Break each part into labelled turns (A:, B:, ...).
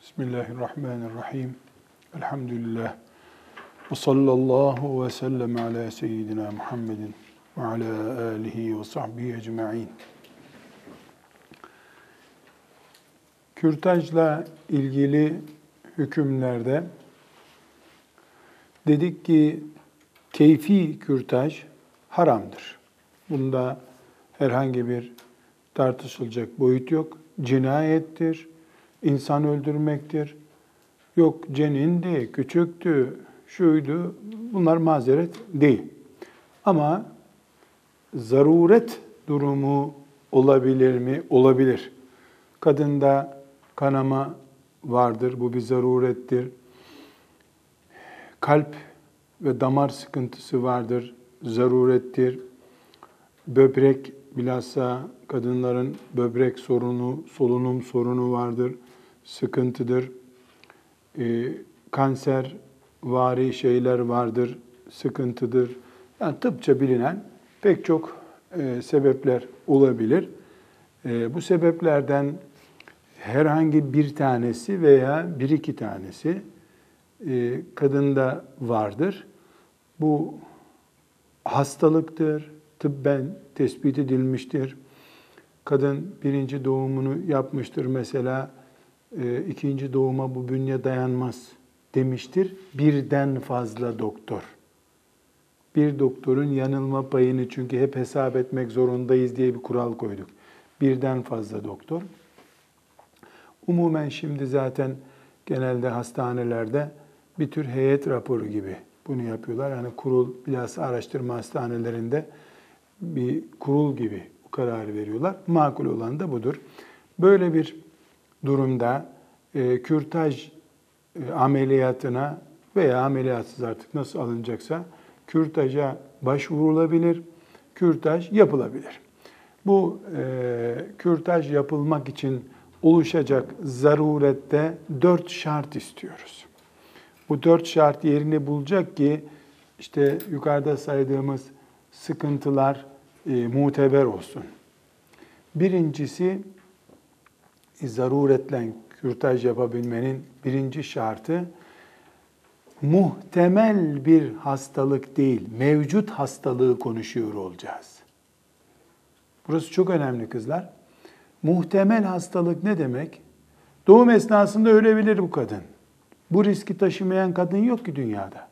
A: Bismillahirrahmanirrahim. Elhamdülillah. Ve sallallahu ve sellem ala seyyidina Muhammedin ve ala alihi ve sahbihi ecma'in. Kürtajla ilgili hükümlerde dedik ki keyfi kürtaj haramdır. Bunda herhangi bir tartışılacak boyut yok. Cinayettir, insan öldürmektir. Yok cenindi, küçüktü, şuydu. Bunlar mazeret değil. Ama zaruret durumu olabilir mi? Olabilir. Kadında kanama vardır. Bu bir zarurettir. Kalp ve damar sıkıntısı vardır. Zarurettir. Böbrek, bilhassa kadınların böbrek sorunu, solunum sorunu vardır. Sıkıntıdır. Kanser vari şeyler vardır. Sıkıntıdır. Yani tıpça bilinen pek çok sebepler olabilir. Bu sebeplerden herhangi bir tanesi veya bir iki tanesi kadında vardır. Bu hastalıktır, tıbben tespit edilmiştir. Kadın birinci doğumunu yapmıştır mesela, ikinci doğuma bu bünye dayanmaz demiştir. Birden fazla doktor. Bir doktorun yanılma payını çünkü hep hesap etmek zorundayız diye bir kural koyduk. Birden fazla doktor. Umumen şimdi zaten genelde hastanelerde bir tür heyet raporu gibi bunu yapıyorlar. Yani kurul, bilhassa araştırma hastanelerinde bir kurul gibi bu kararı veriyorlar. Makul olan da budur. Böyle bir durumda kürtaj ameliyatına veya ameliyatsız artık nasıl alınacaksa kürtaja başvurulabilir, kürtaj yapılabilir. Bu kürtaj yapılmak için oluşacak zarurette 4 şart istiyoruz. Bu 4 şart yerini bulacak ki işte yukarıda saydığımız sıkıntılar muteber olsun. Birincisi, zaruretle kürtaj yapabilmenin birinci şartı, muhtemel bir hastalık değil, mevcut hastalığı konuşuyor olacağız. Burası çok önemli kızlar. Muhtemel hastalık ne demek? Doğum esnasında ölebilir bu kadın. Bu riski taşımayan kadın yok ki dünyada.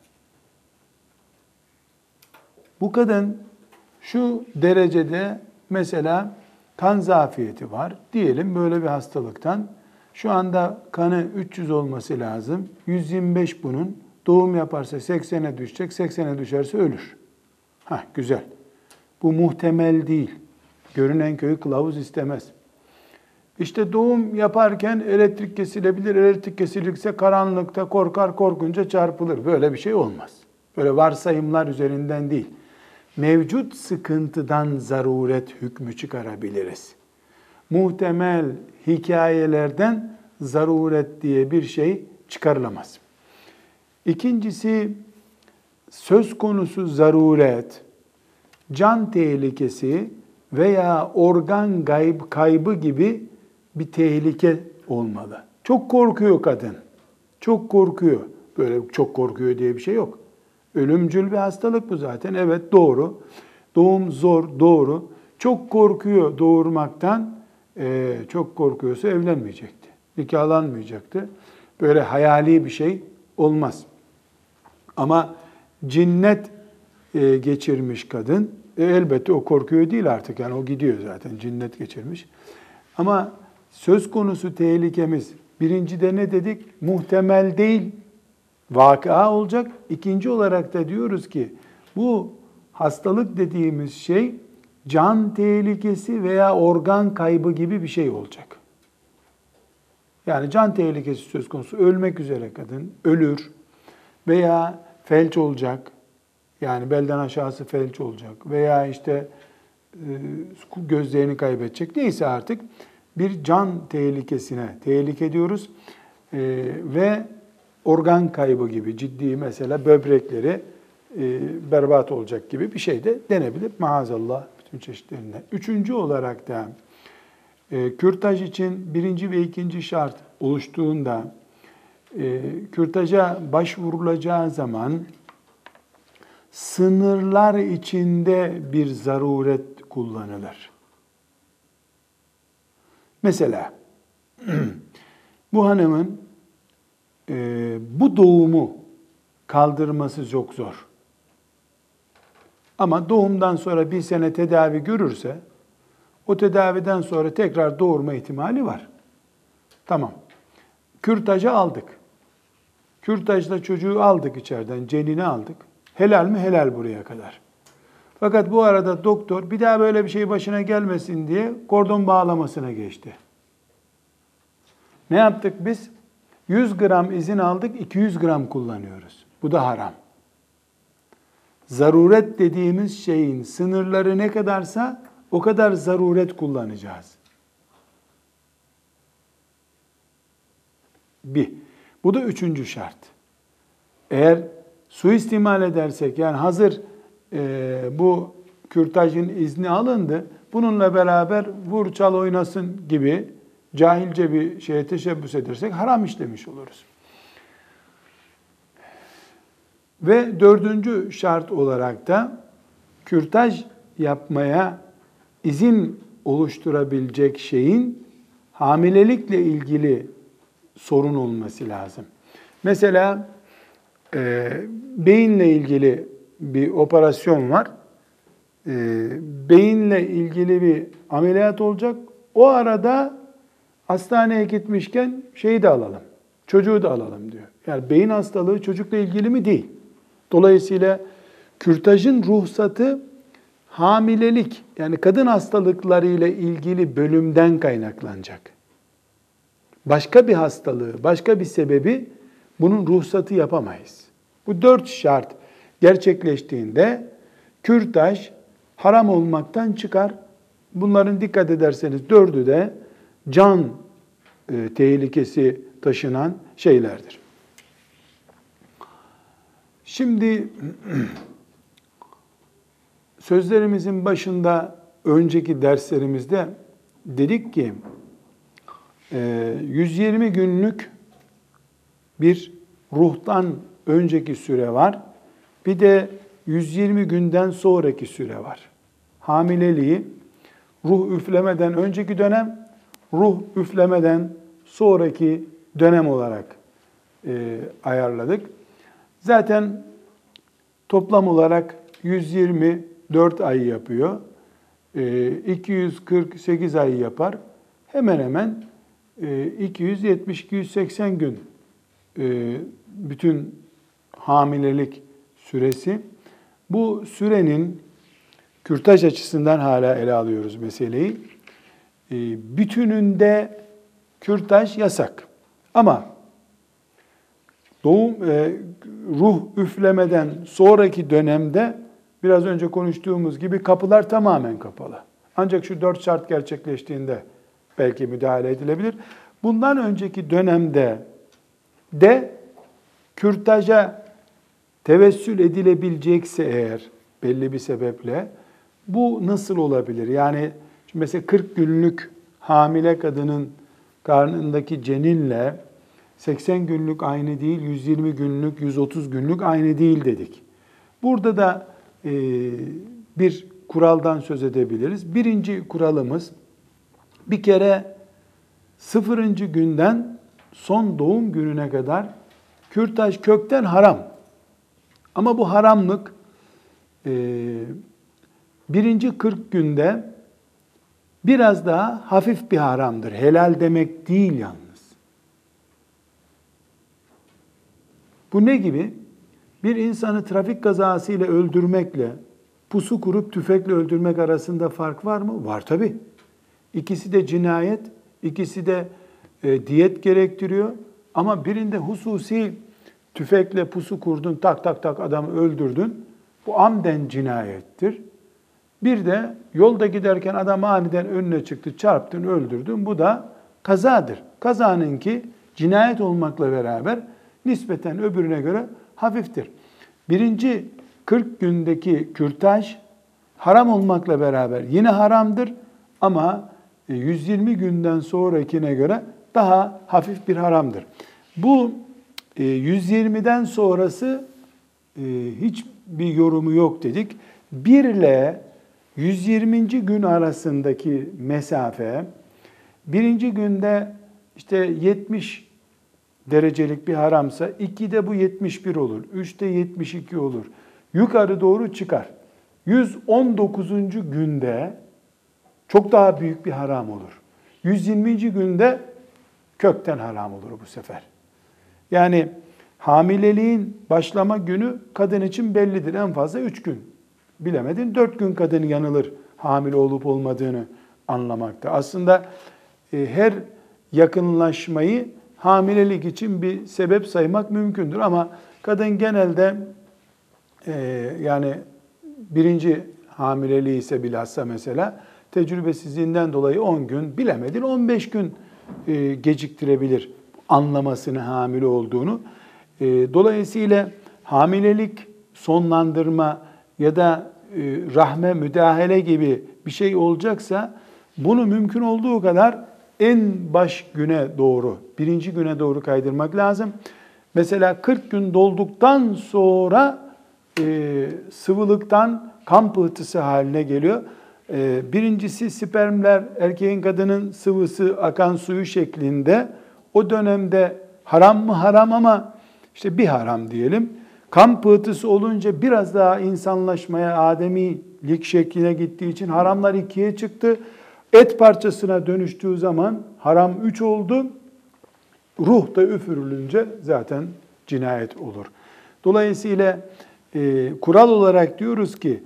A: Bu kadın şu derecede mesela kan zafiyeti var. Diyelim böyle bir hastalıktan. Şu anda kanı 300 olması lazım. 125 bunun. Doğum yaparsa 80'e düşecek. 80'e düşerse ölür. Güzel. Bu muhtemel değil. Görünen köy kılavuz istemez. İşte doğum yaparken elektrik kesilebilir. Elektrik kesilirse karanlıkta korkar, korkunca çarpılır. Böyle bir şey olmaz. Böyle varsayımlar üzerinden değil. Mevcut sıkıntıdan zaruret hükmü çıkarabiliriz. Muhtemel hikayelerden zaruret diye bir şey çıkarılamaz. İkincisi, söz konusu zaruret, can tehlikesi veya organ kaybı gibi bir tehlike olmalı. Çok korkuyor kadın. Çok korkuyor. Böyle çok korkuyor diye bir şey yok. Ölümcül bir hastalık bu zaten. Evet, doğru. Doğum zor, doğru. Çok korkuyor doğurmaktan. Çok korkuyorsa evlenmeyecekti. Nikahlanmayacaktı. Böyle hayali bir şey olmaz. Ama cinnet geçirmiş kadın, elbette o korkuyor değil artık. Yani o gidiyor zaten, cinnet geçirmiş. Ama söz konusu tehlikemiz, birincide ne dedik? Muhtemel değil, vakıa olacak. İkinci olarak da diyoruz ki bu hastalık dediğimiz şey can tehlikesi veya organ kaybı gibi bir şey olacak. Yani can tehlikesi söz konusu, ölmek üzere kadın ölür veya felç olacak. Yani belden aşağısı felç olacak veya işte gözlerini kaybedecek. Neyse artık bir can tehlikesine tehlike ediyoruz ve organ kaybı gibi ciddi, mesela böbrekleri berbat olacak gibi bir şey de denebilir. Maazallah bütün çeşitlerinden. Üçüncü olarak da kürtaj için birinci ve ikinci şart oluştuğunda kürtaja başvurulacağı zaman sınırlar içinde bir zaruret kullanılır. Mesela bu hanımın bu doğumu kaldırması çok zor. Ama doğumdan sonra bir sene tedavi görürse, o tedaviden sonra tekrar doğurma ihtimali var. Tamam. Kürtajı aldık. Kürtajla çocuğu aldık içeriden, cenini aldık. Helal mi? Helal buraya kadar. Fakat bu arada doktor bir daha böyle bir şey başına gelmesin diye kordon bağlamasına geçti. Ne yaptık biz? 100 gram izin aldık, 200 gram kullanıyoruz. Bu da haram. Zaruret dediğimiz şeyin sınırları ne kadarsa o kadar zaruret kullanacağız. Bu da üçüncü şart. Eğer suistimal edersek, yani hazır bu kürtajın izni alındı, bununla beraber vur çal oynasın gibi cahilce bir şeye teşebbüs edersek haram işlemiş oluruz. Ve dördüncü şart olarak da kürtaj yapmaya izin oluşturabilecek şeyin hamilelikle ilgili sorun olması lazım. Mesela beyinle ilgili bir operasyon var. Beyinle ilgili bir ameliyat olacak. O arada hastaneye gitmişken şeyi de alalım, çocuğu da alalım diyor. Yani beyin hastalığı çocukla ilgili mi? Değil. Dolayısıyla kürtajın ruhsatı hamilelik, yani kadın hastalıkları ile ilgili bölümden kaynaklanacak. Başka bir hastalığı, başka bir sebebi bunun ruhsatı yapamayız. Bu 4 şart gerçekleştiğinde kürtaj haram olmaktan çıkar. Bunların dikkat ederseniz 4'ü de can tehlikesi taşınan şeylerdir. Şimdi sözlerimizin başında önceki derslerimizde dedik ki 120 günlük bir ruhtan önceki süre var. Bir de 120 günden sonraki süre var. Hamileliği ruh üflemeden önceki dönem, ruh üflemeden sonraki dönem olarak ayarladık. Zaten toplam olarak 124 ay yapıyor. 248 ay yapar. Hemen hemen 270-280 gün bütün hamilelik süresi. Bu sürenin kürtaj açısından hala ele alıyoruz meseleyi. Bütününde kürtaj yasak. Ama ruh üflemeden sonraki dönemde biraz önce konuştuğumuz gibi kapılar tamamen kapalı. Ancak şu 4 şart gerçekleştiğinde belki müdahale edilebilir. Bundan önceki dönemde de kürtaja tevessül edilebilecekse eğer belli bir sebeple bu nasıl olabilir? Yani mesela 40 günlük hamile kadının karnındaki ceninle 80 günlük aynı değil, 120 günlük, 130 günlük aynı değil dedik. Burada da bir kuraldan söz edebiliriz. Birinci kuralımız, bir kere 0. günden son doğum gününe kadar kürtaj kökten haram. Ama bu haramlık birinci 40 günde biraz daha hafif bir haramdır. Helal demek değil yalnız. Bu ne gibi? Bir insanı trafik kazasıyla öldürmekle, pusu kurup tüfekle öldürmek arasında fark var mı? Var tabii. İkisi de cinayet, ikisi de diyet gerektiriyor. Ama birinde hususi tüfekle pusu kurdun, tak tak tak adamı öldürdün. Bu amden cinayettir. Bir de yolda giderken adam aniden önüne çıktı, çarptın, öldürdün. Bu da kazadır. Kazanınki cinayet olmakla beraber nispeten öbürüne göre hafiftir. Birinci 40 gündeki kürtaj haram olmakla beraber yine haramdır ama 120 günden sonrakine göre daha hafif bir haramdır. Bu 120'den sonrası hiçbir yorumu yok dedik. 1 ile 120. gün arasındaki mesafe, birinci günde işte 70 derecelik bir haramsa 2'de bu 71 olur, 3'te 72 olur. Yukarı doğru çıkar. 119. günde çok daha büyük bir haram olur. 120. günde kökten haram olur bu sefer. Yani hamileliğin başlama günü kadın için bellidir. En fazla 3 gün. Bilemedin 4 gün kadın yanılır hamile olup olmadığını anlamakta. Aslında her yakınlaşmayı hamilelik için bir sebep saymak mümkündür. Ama kadın genelde yani birinci hamileliği ise bilhassa mesela tecrübesizliğinden dolayı 10 gün, bilemedin 15 gün geciktirebilir anlamasını hamile olduğunu. Dolayısıyla hamilelik sonlandırma ya da rahme müdahale gibi bir şey olacaksa bunu mümkün olduğu kadar en baş güne doğru, birinci güne doğru kaydırmak lazım. Mesela 40 gün dolduktan sonra sıvılıktan kan pıhtısı haline geliyor. Birincisi spermler erkeğin kadının sıvısı akan suyu şeklinde. O dönemde haram mı haram ama işte bir haram diyelim. Kan pıhtısı olunca biraz daha insanlaşmaya, ademilik şekline gittiği için haramlar 2'ye çıktı. Et parçasına dönüştüğü zaman haram 3 oldu. Ruh da üfürülünce zaten cinayet olur. Dolayısıyla kural olarak diyoruz ki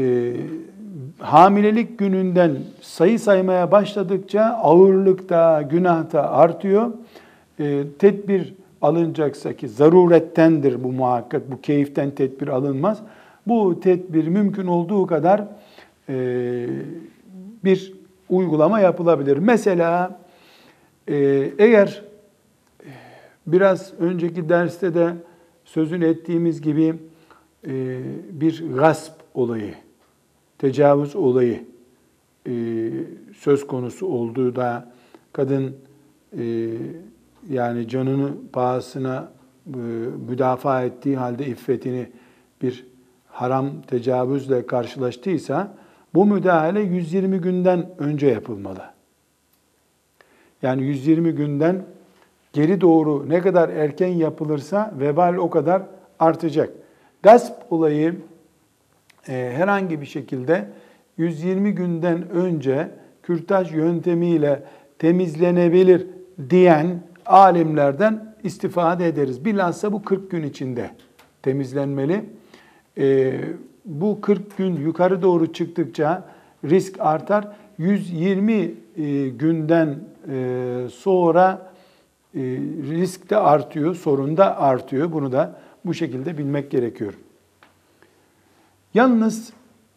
A: hamilelik gününden sayı saymaya başladıkça ağırlık da günah da artıyor. Tedbir alınacaksa ki zarurettendir bu muhakkak, bu keyiften tedbir alınmaz. Bu tedbir mümkün olduğu kadar bir uygulama yapılabilir. Mesela eğer biraz önceki derste de sözünü ettiğimiz gibi bir gasp olayı, tecavüz olayı söz konusu olduğu da kadın yani canını pahasına müdafaa ettiği halde iffetini bir haram tecavüzle karşılaştıysa bu müdahale 120 günden önce yapılmalı. Yani 120 günden geri doğru ne kadar erken yapılırsa vebal o kadar artacak. Gasp olayı herhangi bir şekilde 120 günden önce kürtaj yöntemiyle temizlenebilir diyen alimlerden istifade ederiz. Bilhassa bu 40 gün içinde temizlenmeli. Bu 40 gün yukarı doğru çıktıkça risk artar. 120 günden sonra risk de artıyor, sorun da artıyor. Bunu da bu şekilde bilmek gerekiyor. Yalnız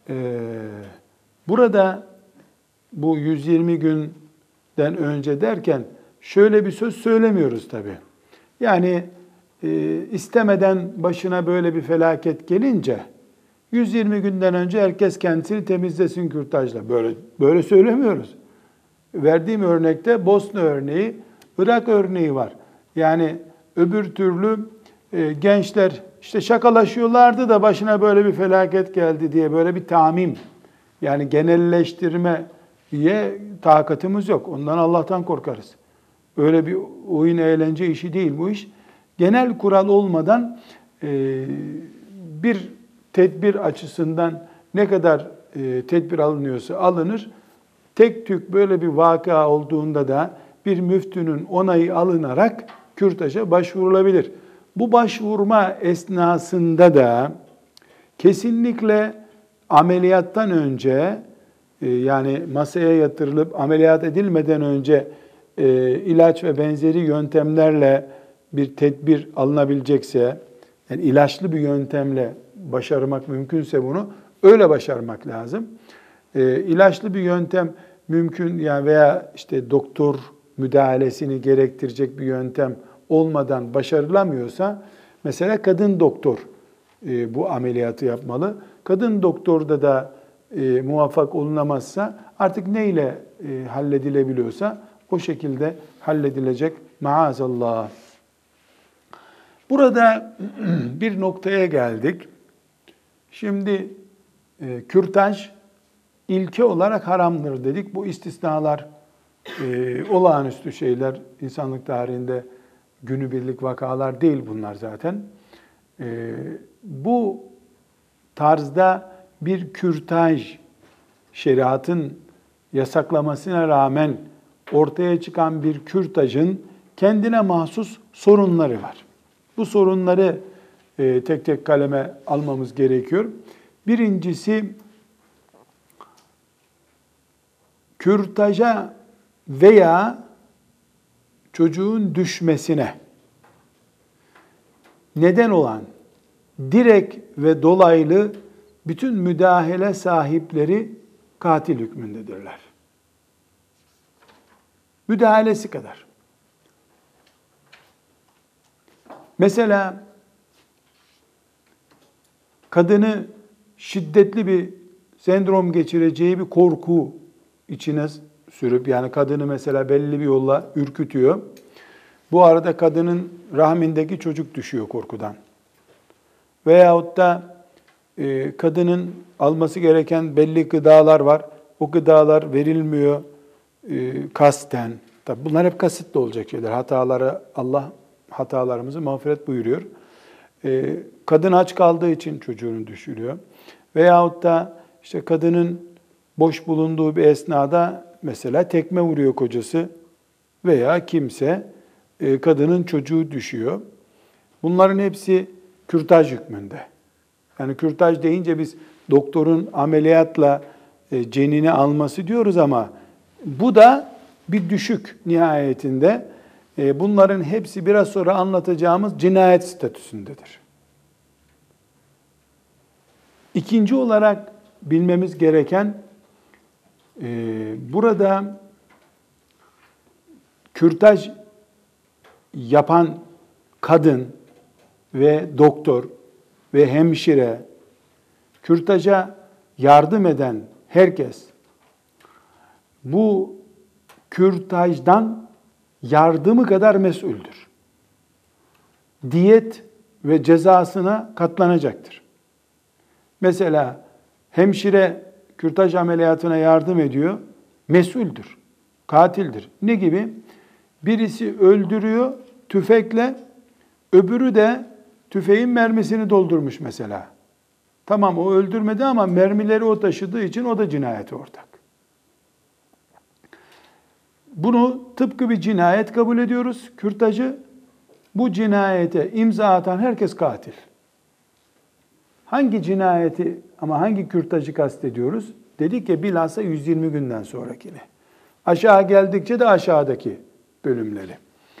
A: burada bu 120 günden önce derken şöyle bir söz söylemiyoruz tabii. Yani istemeden başına böyle bir felaket gelince 120 günden önce herkes kendisini temizlesin kürtajla. Böyle söylemiyoruz. Verdiğim örnekte Bosna örneği, Irak örneği var. Yani öbür türlü gençler işte şakalaşıyorlardı da başına böyle bir felaket geldi diye böyle bir tamim, yani genelleştirmeye takatımız yok. Ondan Allah'tan korkarız. Öyle bir oyun eğlence işi değil bu iş. Genel kural olmadan bir tedbir açısından ne kadar tedbir alınıyorsa alınır. Tek tük böyle bir vaka olduğunda da bir müftünün onayı alınarak kürtaja başvurulabilir. Bu başvurma esnasında da kesinlikle ameliyattan önce yani masaya yatırılıp ameliyat edilmeden önce ilaç ve benzeri yöntemlerle bir tedbir alınabilecekse, yani ilaçlı bir yöntemle başarmak mümkünse bunu öyle başarmak lazım. İlaçlı bir yöntem mümkün yani veya işte doktor müdahalesini gerektirecek bir yöntem olmadan başarılamıyorsa mesela kadın doktor bu ameliyatı yapmalı. Kadın doktorda da muvaffak olunamazsa artık neyle halledilebiliyorsa o şekilde halledilecek maazallah. Burada bir noktaya geldik. Şimdi kürtaj ilke olarak haramdır dedik. Bu istisnalar olağanüstü şeyler, insanlık tarihinde günübirlik vakalar değil bunlar zaten. Bu tarzda bir kürtaj şeriatın yasaklamasına rağmen ortaya çıkan bir kürtajın kendine mahsus sorunları var. Bu sorunları tek tek kaleme almamız gerekiyor. Birincisi, kürtaja veya çocuğun düşmesine neden olan direkt ve dolaylı bütün müdahale sahipleri katil hükmündedirler. Müdahalesi kadar. Mesela kadını şiddetli bir sendrom geçireceği bir korku içine sürüp, yani kadını mesela belli bir yolla ürkütüyor. Bu arada kadının rahmindeki çocuk düşüyor korkudan. Veyahut da kadının alması gereken belli gıdalar var. O gıdalar verilmiyor kasten. Tabi bunlar hep kasıtlı olacak şeyler. Allah hatalarımızı mağfiret buyuruyor. Kadın aç kaldığı için çocuğunu düşürüyor. Veyahut da işte kadının boş bulunduğu bir esnada mesela tekme vuruyor kocası veya kimse, kadının çocuğu düşüyor. Bunların hepsi kürtaj hükmünde. Yani kürtaj deyince biz doktorun ameliyatla cenini alması diyoruz ama bu da bir düşük nihayetinde. Bunların hepsi biraz sonra anlatacağımız cinayet statüsündedir. İkinci olarak bilmemiz gereken, burada kürtaj yapan kadın ve doktor ve hemşire, kürtaja yardım eden herkes bu kürtajdan yardımı kadar mesuldür. Diyet ve cezasına katlanacaktır. Mesela hemşire kürtaj ameliyatına yardım ediyor, mesuldür, katildir. Ne gibi? Birisi öldürüyor tüfekle, öbürü de tüfeğin mermisini doldurmuş mesela. Tamam, o öldürmedi ama mermileri o taşıdığı için o da cinayete ortak. Bunu tıpkı bir cinayet kabul ediyoruz, kürtajı. Bu cinayete imza atan herkes katil. Hangi cinayeti ama hangi kürtajı kastediyoruz? Dedik ya, bilhassa 120 günden sonrakini. Aşağı geldikçe de aşağıdaki bölümleri.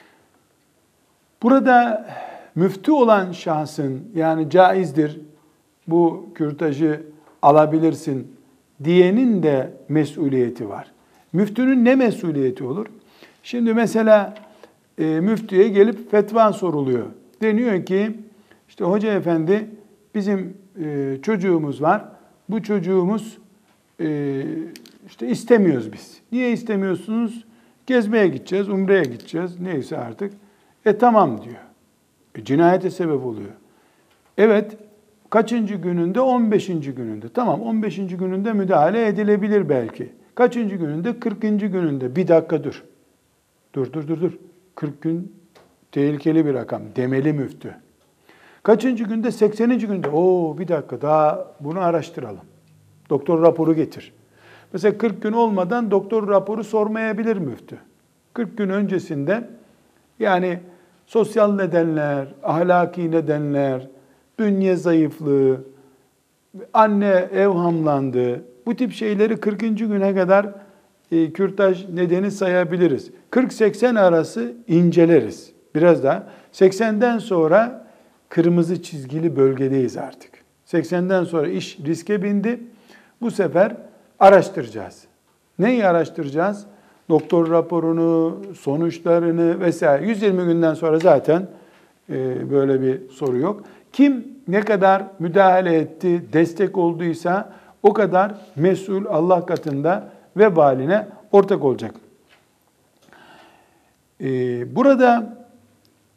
A: Burada müftü olan şahsın, yani caizdir, bu kürtajı alabilirsin diyenin de mesuliyeti var. Müftünün ne mesuliyeti olur? Şimdi mesela müftüye gelip fetva soruluyor. Deniyor ki, işte hoca efendi, bizim çocuğumuz var. Bu çocuğumuz işte istemiyoruz biz. Niye istemiyorsunuz? Gezmeye gideceğiz, umreye gideceğiz. Neyse artık. Tamam diyor. Cinayete sebep oluyor. Evet, kaçıncı gününde? 15. gününde. Tamam, 15. gününde müdahale edilebilir belki. Kaçıncı gününde? 40. gününde. Bir dakika dur. Dur. 40 gün tehlikeli bir rakam. Demeli müftü. Kaçıncı günde? 80. günde. Bir dakika, daha bunu araştıralım. Doktor raporu getir. Mesela 40 gün olmadan doktor raporu sormayabilir müftü. 40 gün öncesinde, yani sosyal nedenler, ahlaki nedenler, bünye zayıflığı, anne evhamlandı, bu tip şeyleri 40. güne kadar kürtaj nedeni sayabiliriz. 40-80 arası inceleriz. Biraz daha. 80'den sonra kırmızı çizgili bölgedeyiz artık. 80'den sonra iş riske bindi. Bu sefer araştıracağız. Neyi araştıracağız? Doktor raporunu, sonuçlarını vesaire. 120 günden sonra zaten böyle bir soru yok. Kim ne kadar müdahale etti, destek olduysa o kadar mesul Allah katında vebaline ortak olacak. Burada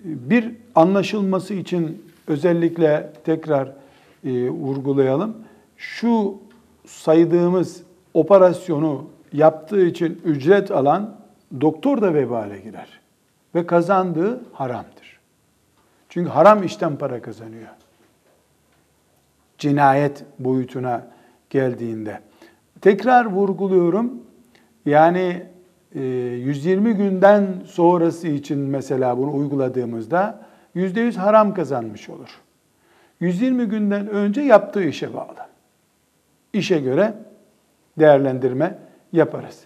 A: Bir anlaşılması için özellikle tekrar vurgulayalım. Şu saydığımız operasyonu yaptığı için ücret alan doktor da vebale girer. Ve kazandığı haramdır. Çünkü haram işten para kazanıyor. Cinayet boyutuna geldiğinde. Tekrar vurguluyorum. Yani 120 günden sonrası için mesela bunu uyguladığımızda %100 haram kazanmış olur. 120 günden önce yaptığı işe bağlı. İşe göre değerlendirme yaparız.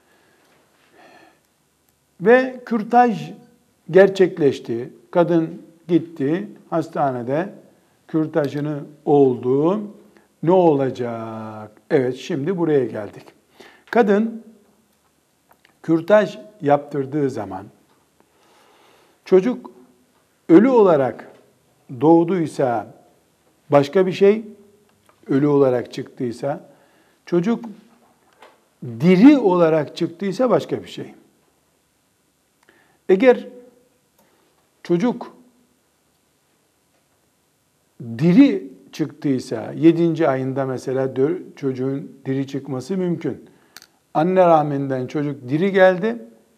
A: Ve kürtaj gerçekleşti. Kadın gitti hastanede, kürtajını oldu. Ne olacak? Evet, şimdi buraya geldik. Kadın kürtaj yaptırdığı zaman çocuk ölü olarak doğduysa başka bir şey, ölü olarak çıktıysa, çocuk diri olarak çıktıysa başka bir şey. Eğer çocuk diri çıktıysa, 7. ayında mesela çocuğun diri çıkması mümkün. Anne rahminden çocuk diri geldi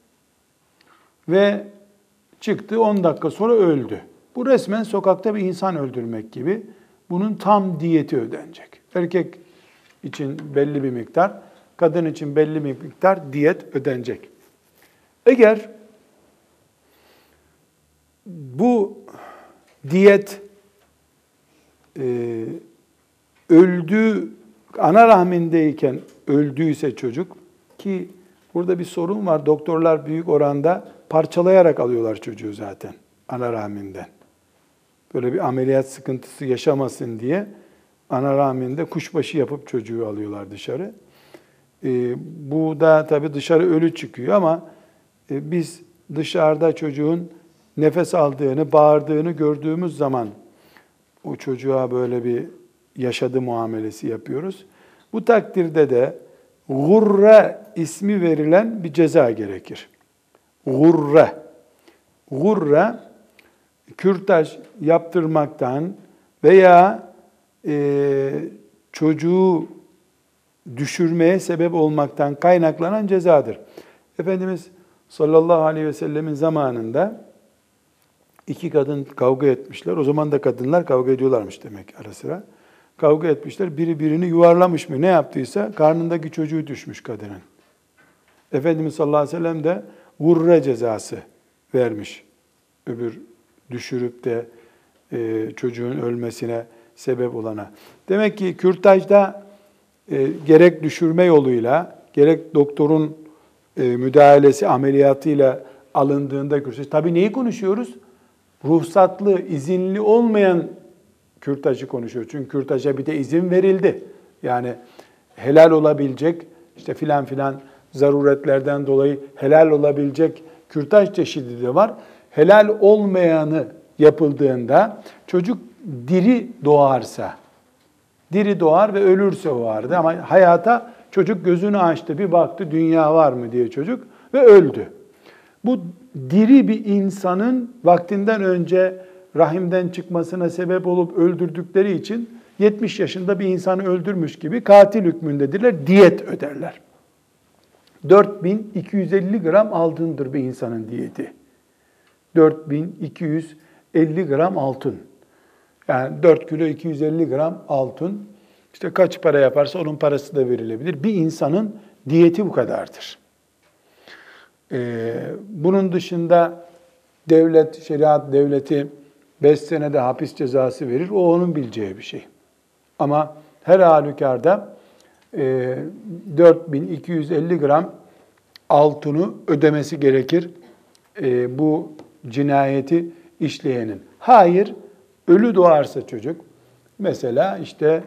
A: ve çıktı, 10 dakika sonra öldü. Bu resmen sokakta bir insan öldürmek gibi. Bunun tam diyeti ödenecek. Erkek için belli bir miktar, kadın için belli bir miktar diyet ödenecek. Eğer bu diyet öldü, ana rahmindeyken öldüyse çocuk, ki burada bir sorun var. Doktorlar büyük oranda parçalayarak alıyorlar çocuğu zaten ana rahminden. Böyle bir ameliyat sıkıntısı yaşamasın diye ana rahminde kuşbaşı yapıp çocuğu alıyorlar dışarı. Bu da tabii dışarı ölü çıkıyor ama biz dışarıda çocuğun nefes aldığını, bağırdığını gördüğümüz zaman o çocuğa böyle bir yaşadı muamelesi yapıyoruz. Bu takdirde de gurre ismi verilen bir ceza gerekir. Gurre. Gurre, kürtaj yaptırmaktan veya çocuğu düşürmeye sebep olmaktan kaynaklanan cezadır. Efendimiz sallallahu aleyhi ve sellemin zamanında iki kadın kavga etmişler. O zaman da kadınlar kavga ediyorlarmış demek ara sıra. Kavga etmişler. Biri birini yuvarlamış mı ne yaptıysa karnındaki çocuğu düşmüş kadının. Efendimiz sallallahu aleyhi ve sellem de gurre cezası vermiş. Öbür düşürüp de çocuğun ölmesine sebep olana. Demek ki kürtajda gerek düşürme yoluyla, gerek doktorun müdahalesi, ameliyatıyla alındığında kürtaj. Tabii neyi konuşuyoruz? Ruhsatlı, izinli olmayan kürtajı konuşuyoruz. Çünkü kürtaja bir de izin verildi. Yani helal olabilecek, işte filan filan zaruretlerden dolayı helal olabilecek kürtaj çeşidi de var. Helal olmayanı yapıldığında çocuk diri doğarsa, diri doğar ve ölürse o vardı. Ama hayata çocuk gözünü açtı, bir baktı dünya var mı diye çocuk ve öldü. Bu diri bir insanın vaktinden önce rahimden çıkmasına sebep olup öldürdükleri için 70 yaşında bir insanı öldürmüş gibi katil hükmündedirler, diyet öderler. 4250 gram altındır bir insanın diyeti. 4250 gram altın. Yani 4 kilo 250 gram altın. İşte kaç para yaparsa onun parası da verilebilir. Bir insanın diyeti bu kadardır. Bunun dışında devlet, şeriat devleti 5 senede hapis cezası verir. O onun bileceği bir şey. Ama her halükarda 4250 gram altını ödemesi gerekir bu cinayeti işleyenin. Hayır, ölü doğarsa çocuk, mesela işte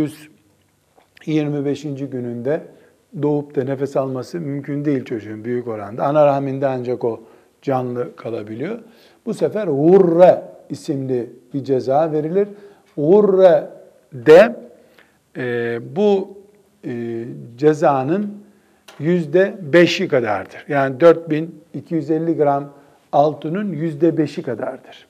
A: 125. gününde doğup da nefes alması mümkün değil çocuğun büyük oranda. Ana rahminde ancak o canlı kalabiliyor. Bu sefer gurre isimli bir ceza verilir. Gurre de bu cezanın %5'i kadardır. Yani 4250 gram altının %5'i kadardır.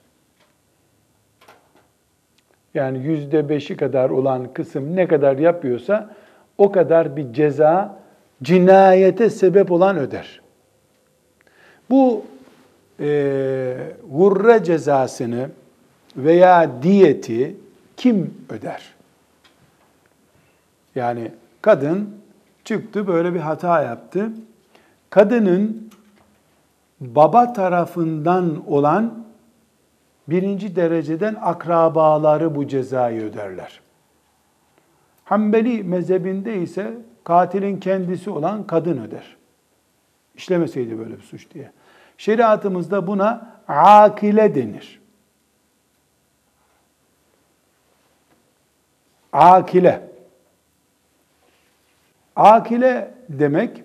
A: Yani %5'i kadar olan kısım ne kadar yapıyorsa o kadar bir ceza cinayete sebep olan öder. Bu gurre cezasını veya diyeti kim öder? Yani kadın çıktı böyle bir hata yaptı. Kadının baba tarafından olan birinci dereceden akrabaları bu cezayı öderler. Hanbeli mezhebinde ise katilin kendisi olan kadın öder. İşlemeseydi böyle bir suç diye. Şeriatımızda buna akile denir. Akile. Akile demek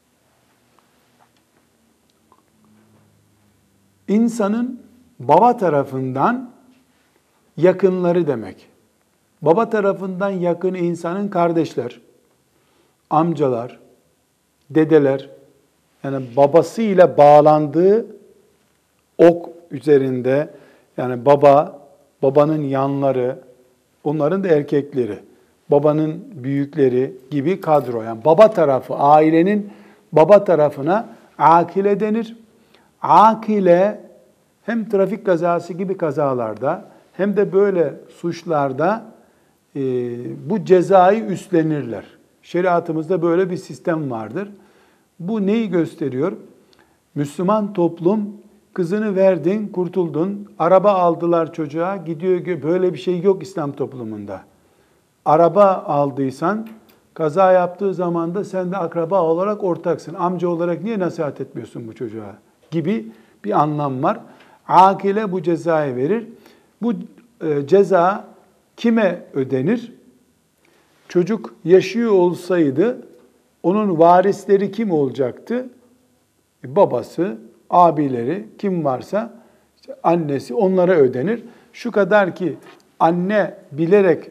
A: insanın baba tarafından yakınları demek. Baba tarafından yakın insanın kardeşler, amcalar, dedeler, yani babasıyla bağlandığı ok üzerinde, yani babanın yanları, onların da erkekleri, babanın büyükleri gibi kadro. Yani baba tarafı, ailenin baba tarafına akile denir. Akile hem trafik kazası gibi kazalarda hem de böyle suçlarda bu cezayı üstlenirler. Şeriatımızda böyle bir sistem vardır. Bu neyi gösteriyor? Müslüman toplum, kızını verdin, kurtuldun, araba aldılar çocuğa, gidiyor, böyle bir şey yok İslam toplumunda. Araba aldıysan, kaza yaptığı zaman da sen de akraba olarak ortaksın. Amca olarak niye nasihat etmiyorsun bu çocuğa? Gibi bir anlam var. Akile bu cezayı verir. Bu ceza kime ödenir? Çocuk yaşıyor olsaydı onun varisleri kim olacaktı? Babası, abileri, kim varsa işte annesi, onlara ödenir. Şu kadar ki anne bilerek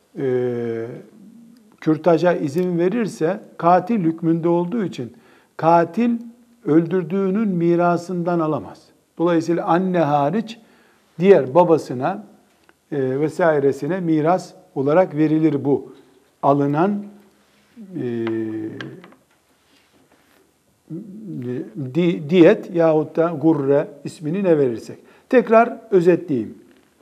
A: kürtaja izin verirse katil hükmünde olduğu için katil öldürdüğünün mirasından alamaz. Dolayısıyla anne hariç diğer babasına vesairesine miras olarak verilir bu. Alınan diyet yahut da gurre ismini ne verirsek. Tekrar özetleyeyim.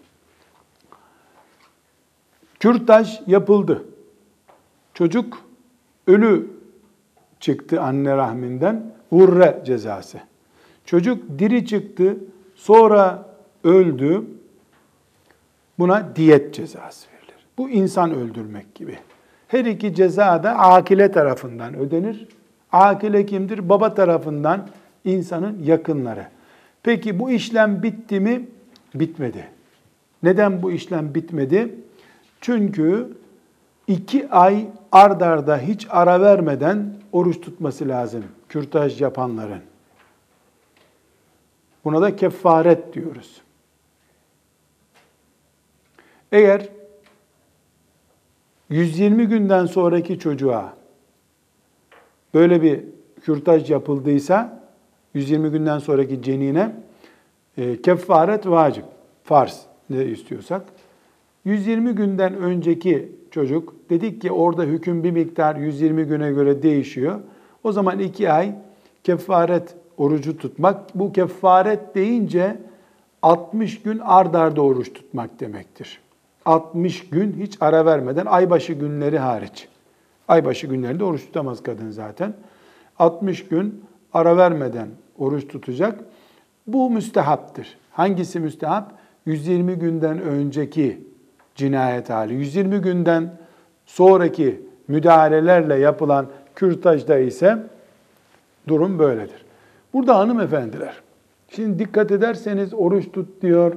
A: Kürtaj yapıldı. Çocuk ölü çıktı anne rahminden. Gurre cezası. Çocuk diri çıktı, sonra öldü. Buna diyet cezası verilir. Bu insan öldürmek gibi. Her iki ceza da akile tarafından ödenir. Akile kimdir? Baba tarafından insanın yakınları. Peki bu işlem bitti mi? Bitmedi. Neden bu işlem bitmedi? Çünkü 2 ay ard arda hiç ara vermeden oruç tutması lazım kürtaj yapanların. Buna da kefaret diyoruz. Eğer 120 günden sonraki çocuğa böyle bir kürtaj yapıldıysa 120 günden sonraki cenine kefaret vacip, farz ne istiyorsak. 120 günden önceki çocuk, dedik ki orada hüküm bir miktar 120 güne göre değişiyor. O zaman 2 ay kefaret orucu tutmak. Bu kefaret deyince 60 gün ard arda oruç tutmak demektir. 60 gün hiç ara vermeden, aybaşı günleri hariç. Aybaşı günlerinde oruç tutamaz kadın zaten. 60 gün ara vermeden oruç tutacak. Bu müstehaptır. Hangisi müstehap? 120 günden önceki cinayet hali. 120 günden sonraki müdahalelerle yapılan kürtajda ise durum böyledir. Burada hanımefendiler, şimdi dikkat ederseniz oruç tut diyor,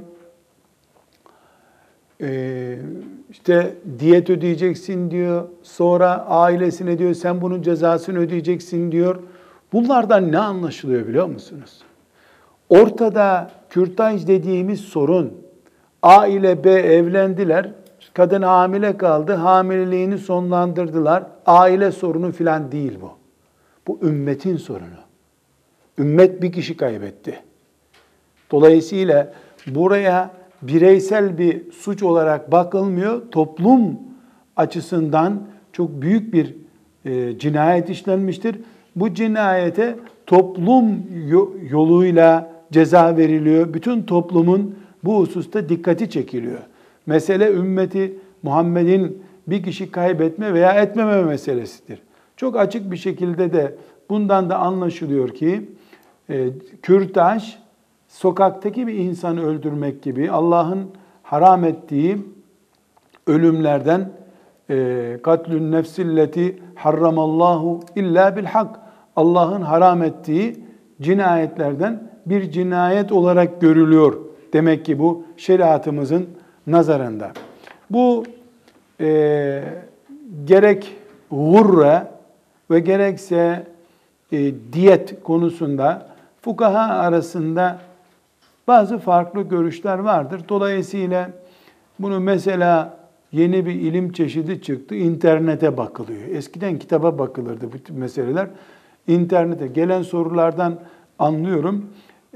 A: işte diyet ödeyeceksin diyor, sonra ailesine diyor sen bunun cezasını ödeyeceksin diyor. Bunlardan ne anlaşılıyor biliyor musunuz? Ortada kürtaj dediğimiz sorun, A ile B evlendiler, kadın hamile kaldı, hamileliğini sonlandırdılar. Aile sorunu filan değil bu. Bu ümmetin sorunu. Ümmet bir kişi kaybetti. Dolayısıyla buraya bireysel bir suç olarak bakılmıyor. Toplum açısından çok büyük bir cinayet işlenmiştir. Bu cinayete toplum yoluyla ceza veriliyor. Bütün toplumun bu hususta dikkati çekiliyor. Mesele ümmeti Muhammed'in bir kişi kaybetme veya etmeme meselesidir. Çok açık bir şekilde de bundan da anlaşılıyor ki kürtaj sokaktaki bir insanı öldürmek gibi Allah'ın haram ettiği ölümlerden katlün nefsilleti harramallahu illa bil hak, Allah'ın haram ettiği cinayetlerden bir cinayet olarak görülüyor. Demek ki bu şeriatımızın nazarında. Bu gerek gurre ve gerekse diyet konusunda fukaha arasında bazı farklı görüşler vardır. Dolayısıyla bunu mesela yeni bir ilim çeşidi çıktı. İnternete bakılıyor. Eskiden kitaba bakılırdı bütün meseleler. İnternete gelen sorulardan anlıyorum.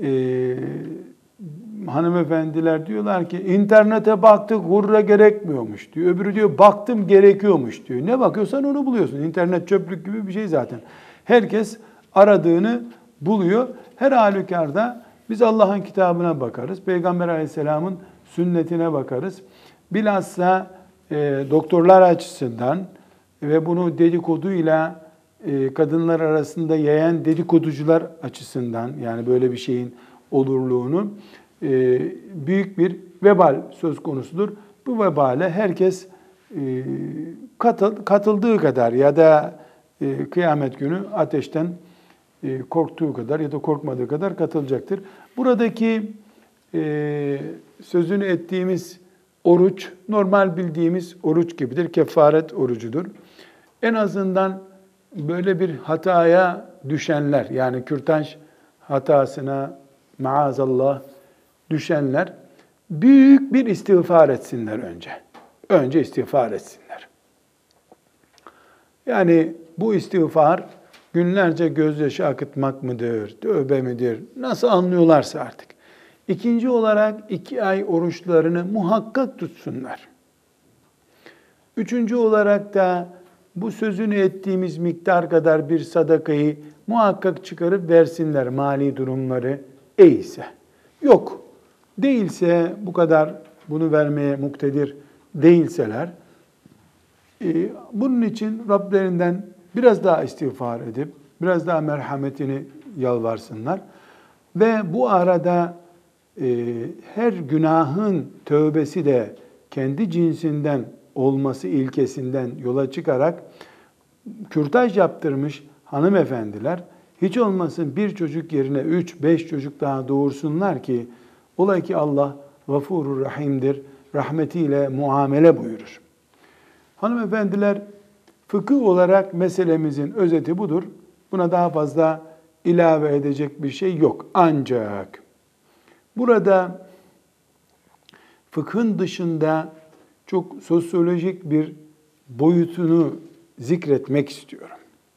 A: Hanımefendiler diyorlar ki internete baktık hurra gerekmiyormuş diyor. Öbürü diyor baktım gerekiyormuş diyor. Ne bakıyorsan onu buluyorsun. İnternet çöplük gibi bir şey zaten. Herkes aradığını buluyor. Her halükarda biz Allah'ın kitabına bakarız. Peygamber Aleyhisselam'ın sünnetine bakarız. Bilhassa doktorlar açısından ve bunu dedikoduyla kadınlar arasında yayan dedikoducular açısından, yani böyle bir şeyin olurluğunu, büyük bir vebal söz konusudur. Bu vebale herkes katıldığı kadar ya da kıyamet günü ateşten korktuğu kadar ya da korkmadığı kadar katılacaktır. Buradaki sözünü ettiğimiz oruç normal bildiğimiz oruç gibidir. Kefaret orucudur. En azından böyle bir hataya düşenler, yani kürtaj hatasına maazallah düşenler büyük bir istiğfar etsinler önce. Önce istiğfar etsinler. Yani bu istiğfar günlerce gözyaşı akıtmak mıdır, tövbe midir, nasıl anlıyorlarsa artık. İkinci olarak 2 ay oruçlarını muhakkak tutsunlar. Üçüncü olarak da bu sözünü ettiğimiz miktar kadar bir sadakayı muhakkak çıkarıp versinler mali durumları iyiyse. Yok, değilse bu kadar bunu vermeye muktedir değilseler, bunun için Rablerinden biraz daha istiğfar edip, biraz daha merhametini yalvarsınlar. Ve bu arada her günahın tövbesi de kendi cinsinden olması ilkesinden yola çıkarak kürtaj yaptırmış hanımefendiler hiç olmasın bir çocuk yerine 3-5 çocuk daha doğursunlar ki ola ki Allah Gafurur Rahim'dir, rahmetiyle muamele buyurur. Hanımefendiler, fıkıh olarak meselemizin özeti budur. Buna daha fazla ilave edecek bir şey yok. Ancak burada fıkhın dışında çok sosyolojik bir boyutunu zikretmek istiyorum.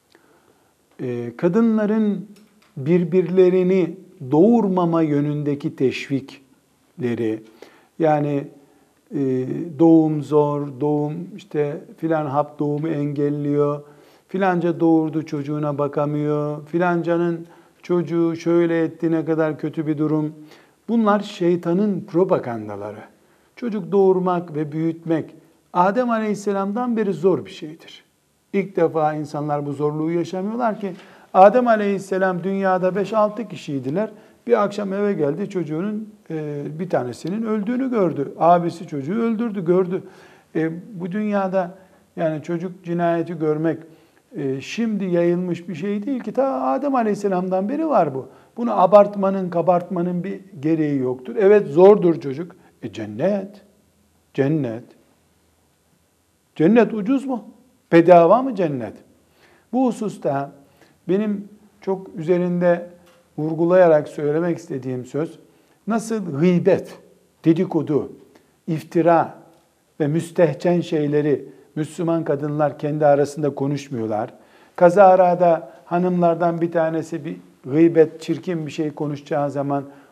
A: Kadınların birbirlerini doğurmama yönündeki teşvikleri, yani doğum zor, doğum işte filan hap doğumu engelliyor, filanca doğurdu çocuğuna bakamıyor, filancanın çocuğu şöyle etti ne kadar kötü bir durum. Bunlar şeytanın propagandaları. Çocuk doğurmak ve büyütmek Adem Aleyhisselam'dan beri zor bir şeydir. İlk defa insanlar bu zorluğu yaşamıyorlar ki Adem Aleyhisselam dünyada 5-6 kişiydiler. Bir akşam eve geldi, çocuğunun bir tanesinin öldüğünü gördü. Abisi çocuğu öldürdü, gördü. Bu dünyada yani çocuk cinayeti görmek şimdi yayılmış bir şey değil ki. Ta Adem Aleyhisselam'dan beri var bu. Bunu abartmanın, kabartmanın bir gereği yoktur. Evet zordur çocuk. Cennet. Cennet. Cennet ucuz mu? Bedava mı cennet? Bu hususta benim çok üzerinde vurgulayarak söylemek istediğim söz, nasıl gıybet, dedikodu, iftira ve müstehcen şeyleri Müslüman kadınlar kendi arasında konuşmuyorlar. Kazarada hanımlardan bir tanesi bir gıybet, çirkin bir şey konuşacağı zaman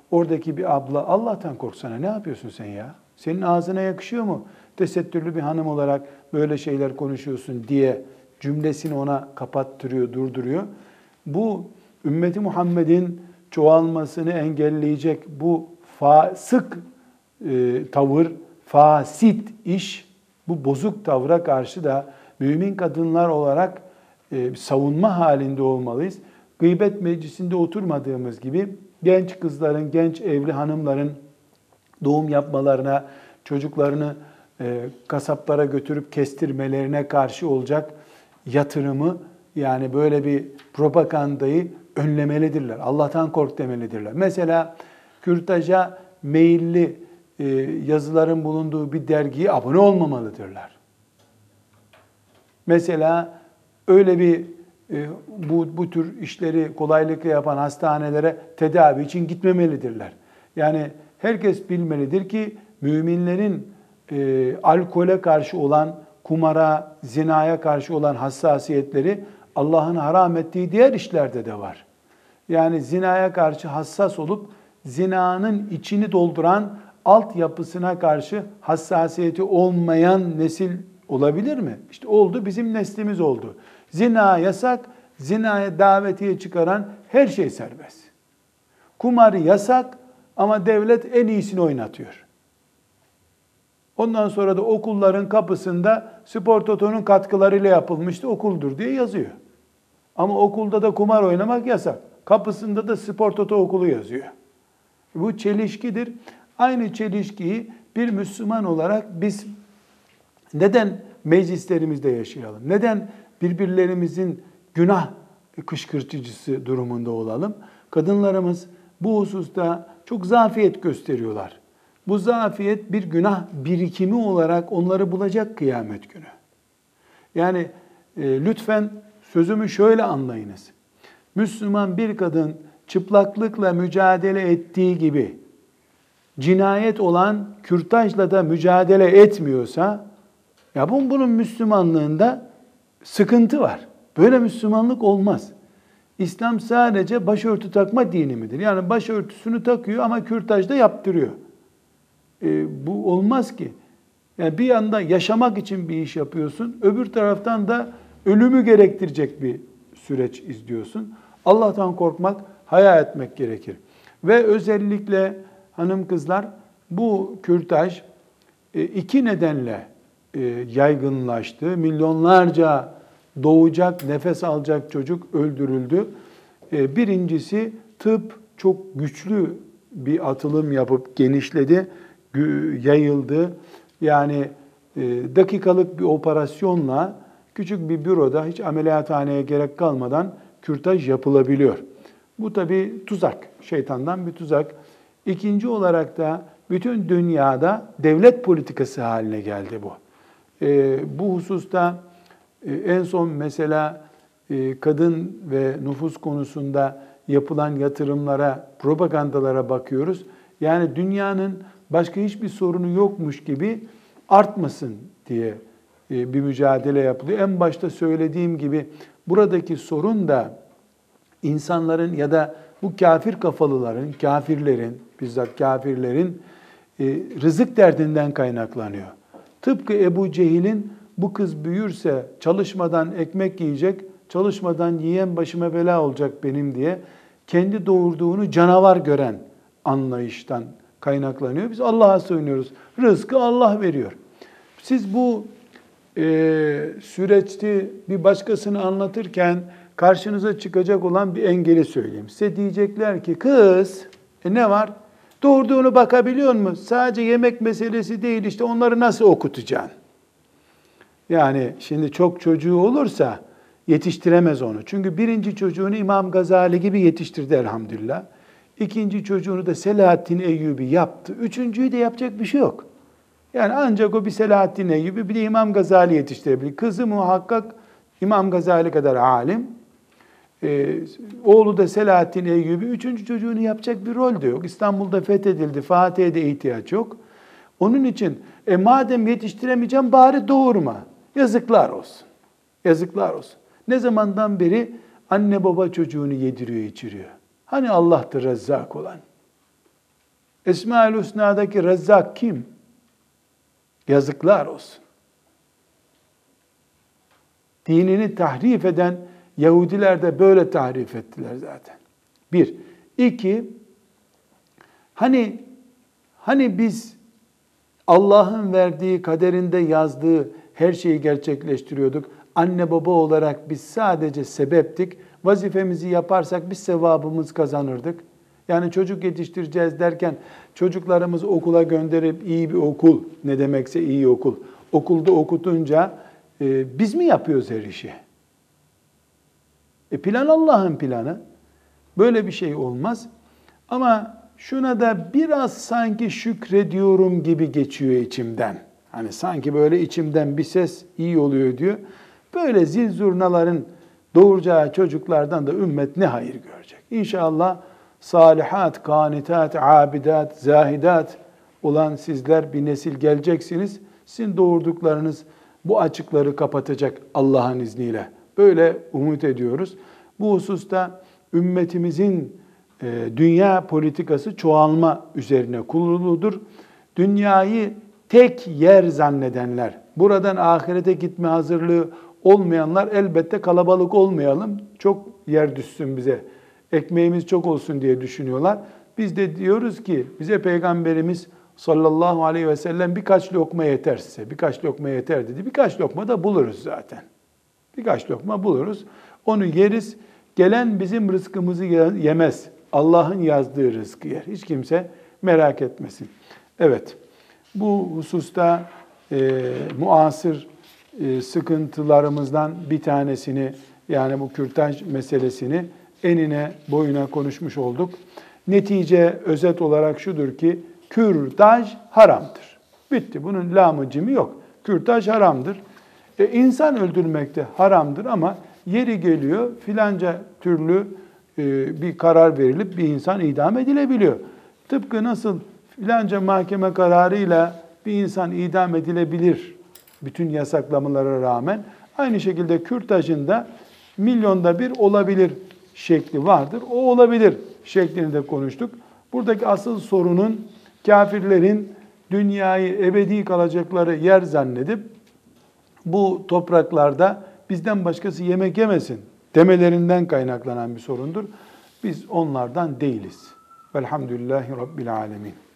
A: oradaki bir abla, Allah'tan korksana, ne yapıyorsun sen ya? Senin ağzına yakışıyor mu? Tesettürlü bir hanım olarak böyle şeyler konuşuyorsun diye cümlesini ona kapattırıyor, durduruyor. Bu ümmeti Muhammed'in çoğalmasını engelleyecek bu fasık tavır, fasit iş, bu bozuk tavra karşı da mümin kadınlar olarak savunma halinde olmalıyız. Gıybet meclisinde oturmadığımız gibi genç kızların, genç evli hanımların doğum yapmalarına, çocuklarını kasaplara götürüp kestirmelerine karşı olacak yatırımı, yani böyle bir propagandayı önlemelidirler. Allah'tan kork demelidirler. Mesela kürtaja meyilli yazıların bulunduğu bir dergiye abone olmamalıdırlar. Mesela öyle bir bu tür işleri kolaylıkla yapan hastanelere tedavi için gitmemelidirler. Yani herkes bilmelidir ki müminlerin alkole karşı olan, kumara, zinaya karşı olan hassasiyetleri Allah'ın haram ettiği diğer işlerde de var. Yani zinaya karşı hassas olup zinanın içini dolduran altyapısına karşı hassasiyeti olmayan nesil olabilir mi? İşte oldu, bizim neslimiz oldu. Zina yasak, zinaya davetiye çıkaran her şey serbest. Kumar yasak ama devlet en iyisini oynatıyor. Ondan sonra da okulların kapısında Spor Toto'nun katkılarıyla yapılmıştı, okuldur diye yazıyor. Ama okulda da kumar oynamak yasak. Kapısında da Spor Toto okulu yazıyor. Bu çelişkidir. Aynı çelişkiyi bir Müslüman olarak biz neden meclislerimizde yaşayalım? Neden birbirlerimizin günah kışkırtıcısı durumunda olalım? Kadınlarımız bu hususta çok zafiyet gösteriyorlar. Bu zafiyet bir günah birikimi olarak onları bulacak kıyamet günü. Yani lütfen sözümü şöyle anlayınız. Müslüman bir kadın çıplaklıkla mücadele ettiği gibi cinayet olan kürtajla da mücadele etmiyorsa, ya bunun Müslümanlığında sıkıntı var. Böyle Müslümanlık olmaz. İslam sadece başörtü takma dini midir? Yani başörtüsünü takıyor ama kürtaj da yaptırıyor. Bu olmaz ki. Yani bir yanda yaşamak için bir iş yapıyorsun, öbür taraftan da ölümü gerektirecek bir süreç izliyorsun. Allah'tan korkmak, haya etmek gerekir. Ve özellikle hanım kızlar, bu kürtaj iki nedenle yaygınlaştı. Milyonlarca doğacak, nefes alacak çocuk öldürüldü. Birincisi, tıp çok güçlü bir atılım yapıp genişledi, yayıldı. Yani dakikalık bir operasyonla küçük bir büroda hiç ameliyathaneye gerek kalmadan kürtaj yapılabiliyor. Bu tabii tuzak, şeytandan bir tuzak. İkinci olarak da bütün dünyada devlet politikası haline geldi bu. Bu hususta en son mesela kadın ve nüfus konusunda yapılan yatırımlara, propagandalara bakıyoruz. Yani dünyanın başka hiçbir sorunu yokmuş gibi artmasın diye bir mücadele yapılıyor. En başta söylediğim gibi buradaki sorun da insanların ya da bu kafir kafalıların, kafirlerin, bizzat kafirlerin rızık derdinden kaynaklanıyor. Tıpkı Ebu Cehil'in bu kız büyürse çalışmadan ekmek yiyecek, çalışmadan yiyen başıma bela olacak benim diye kendi doğurduğunu canavar gören anlayıştan kaynaklanıyor. Biz Allah'a sığınıyoruz. Rızkı Allah veriyor. Siz bu süreçte bir başkasını anlatırken karşınıza çıkacak olan bir engeli söyleyeyim. Size diyecekler ki kız ne var? Doğurduğunu bakabiliyor musun? Sadece yemek meselesi değil, işte onları nasıl okutacaksın? Yani şimdi çok çocuğu olursa yetiştiremez onu. Çünkü birinci çocuğunu İmam Gazali gibi yetiştirdi elhamdülillah. İkinci çocuğunu da Selahaddin Eyyubi yaptı. Üçüncüyü de yapacak bir şey yok. Yani ancak o bir Selahaddin Eyyubi bir de İmam Gazali yetiştirebilir. Kızı muhakkak İmam Gazali kadar alim. Oğlu da Selahaddin Eyyubi. Üçüncü çocuğunu yapacak bir rol de yok. İstanbul'da fethedildi. Fatih'e de ihtiyaç yok. Onun için madem yetiştiremeyeceğim bari doğurma. Yazıklar olsun. Yazıklar olsun. Ne zamandan beri anne baba çocuğunu yediriyor, içiriyor. Hani Allah'tır Rezzak olan? Esma-ül Hüsna'daki Rezzak kim? Yazıklar olsun. Dinini tahrif eden Yahudiler de böyle tahrif ettiler zaten. Bir. İki, hani biz Allah'ın verdiği, kaderinde yazdığı her şeyi gerçekleştiriyorduk. Anne baba olarak biz sadece sebeptik. Vazifemizi yaparsak biz sevabımız kazanırdık. Yani çocuk yetiştireceğiz derken çocuklarımızı okula gönderip iyi bir okul, ne demekse iyi okul, okulda okutunca biz mi yapıyoruz her işi? Plan Allah'ın planı. Böyle bir şey olmaz. Ama şuna da biraz sanki şükrediyorum gibi geçiyor içimden. Hani sanki böyle içimden bir ses iyi oluyor diyor. Böyle zil zurnaların doğuracağı çocuklardan da ümmet ne hayır görecek. İnşallah salihat, kanitat, abidat, zahidat olan sizler bir nesil geleceksiniz. Sizin doğurduklarınız bu açıkları kapatacak Allah'ın izniyle. Böyle umut ediyoruz. Bu hususta ümmetimizin dünya politikası çoğalma üzerine kuruludur. Dünyayı tek yer zannedenler, buradan ahirete gitme hazırlığı olmayanlar elbette kalabalık olmayalım, çok yer düşsün bize, ekmeğimiz çok olsun diye düşünüyorlar. Biz de diyoruz ki bize Peygamberimiz sallallahu aleyhi ve sellem birkaç lokma yeter size, birkaç lokma yeter dedi. Birkaç lokma da buluruz zaten. Birkaç lokma buluruz, onu yeriz. Gelen bizim rızkımızı yemez. Allah'ın yazdığı rızkı yer. Hiç kimse merak etmesin. Evet, bu hususta muasır sıkıntılarımızdan bir tanesini, yani bu kürtaj meselesini enine boyuna konuşmuş olduk. Netice özet olarak şudur ki, kürtaj haramdır. Bitti. Bunun lamı cimi yok. Kürtaj haramdır. İnsan öldürmek de haramdır ama yeri geliyor filanca türlü bir karar verilip bir insan idam edilebiliyor. Tıpkı nasıl filanca mahkeme kararıyla bir insan idam edilebilir bütün yasaklamalara rağmen, aynı şekilde kürtajın da milyonda bir olabilir şekli vardır. O olabilir şeklini de konuştuk. Buradaki asıl sorunun kafirlerin dünyayı ebedi kalacakları yer zannedip bu topraklarda bizden başkası yemek yemesin demelerinden kaynaklanan bir sorundur. Biz onlardan değiliz. Velhamdülillahi Rabbil alemin.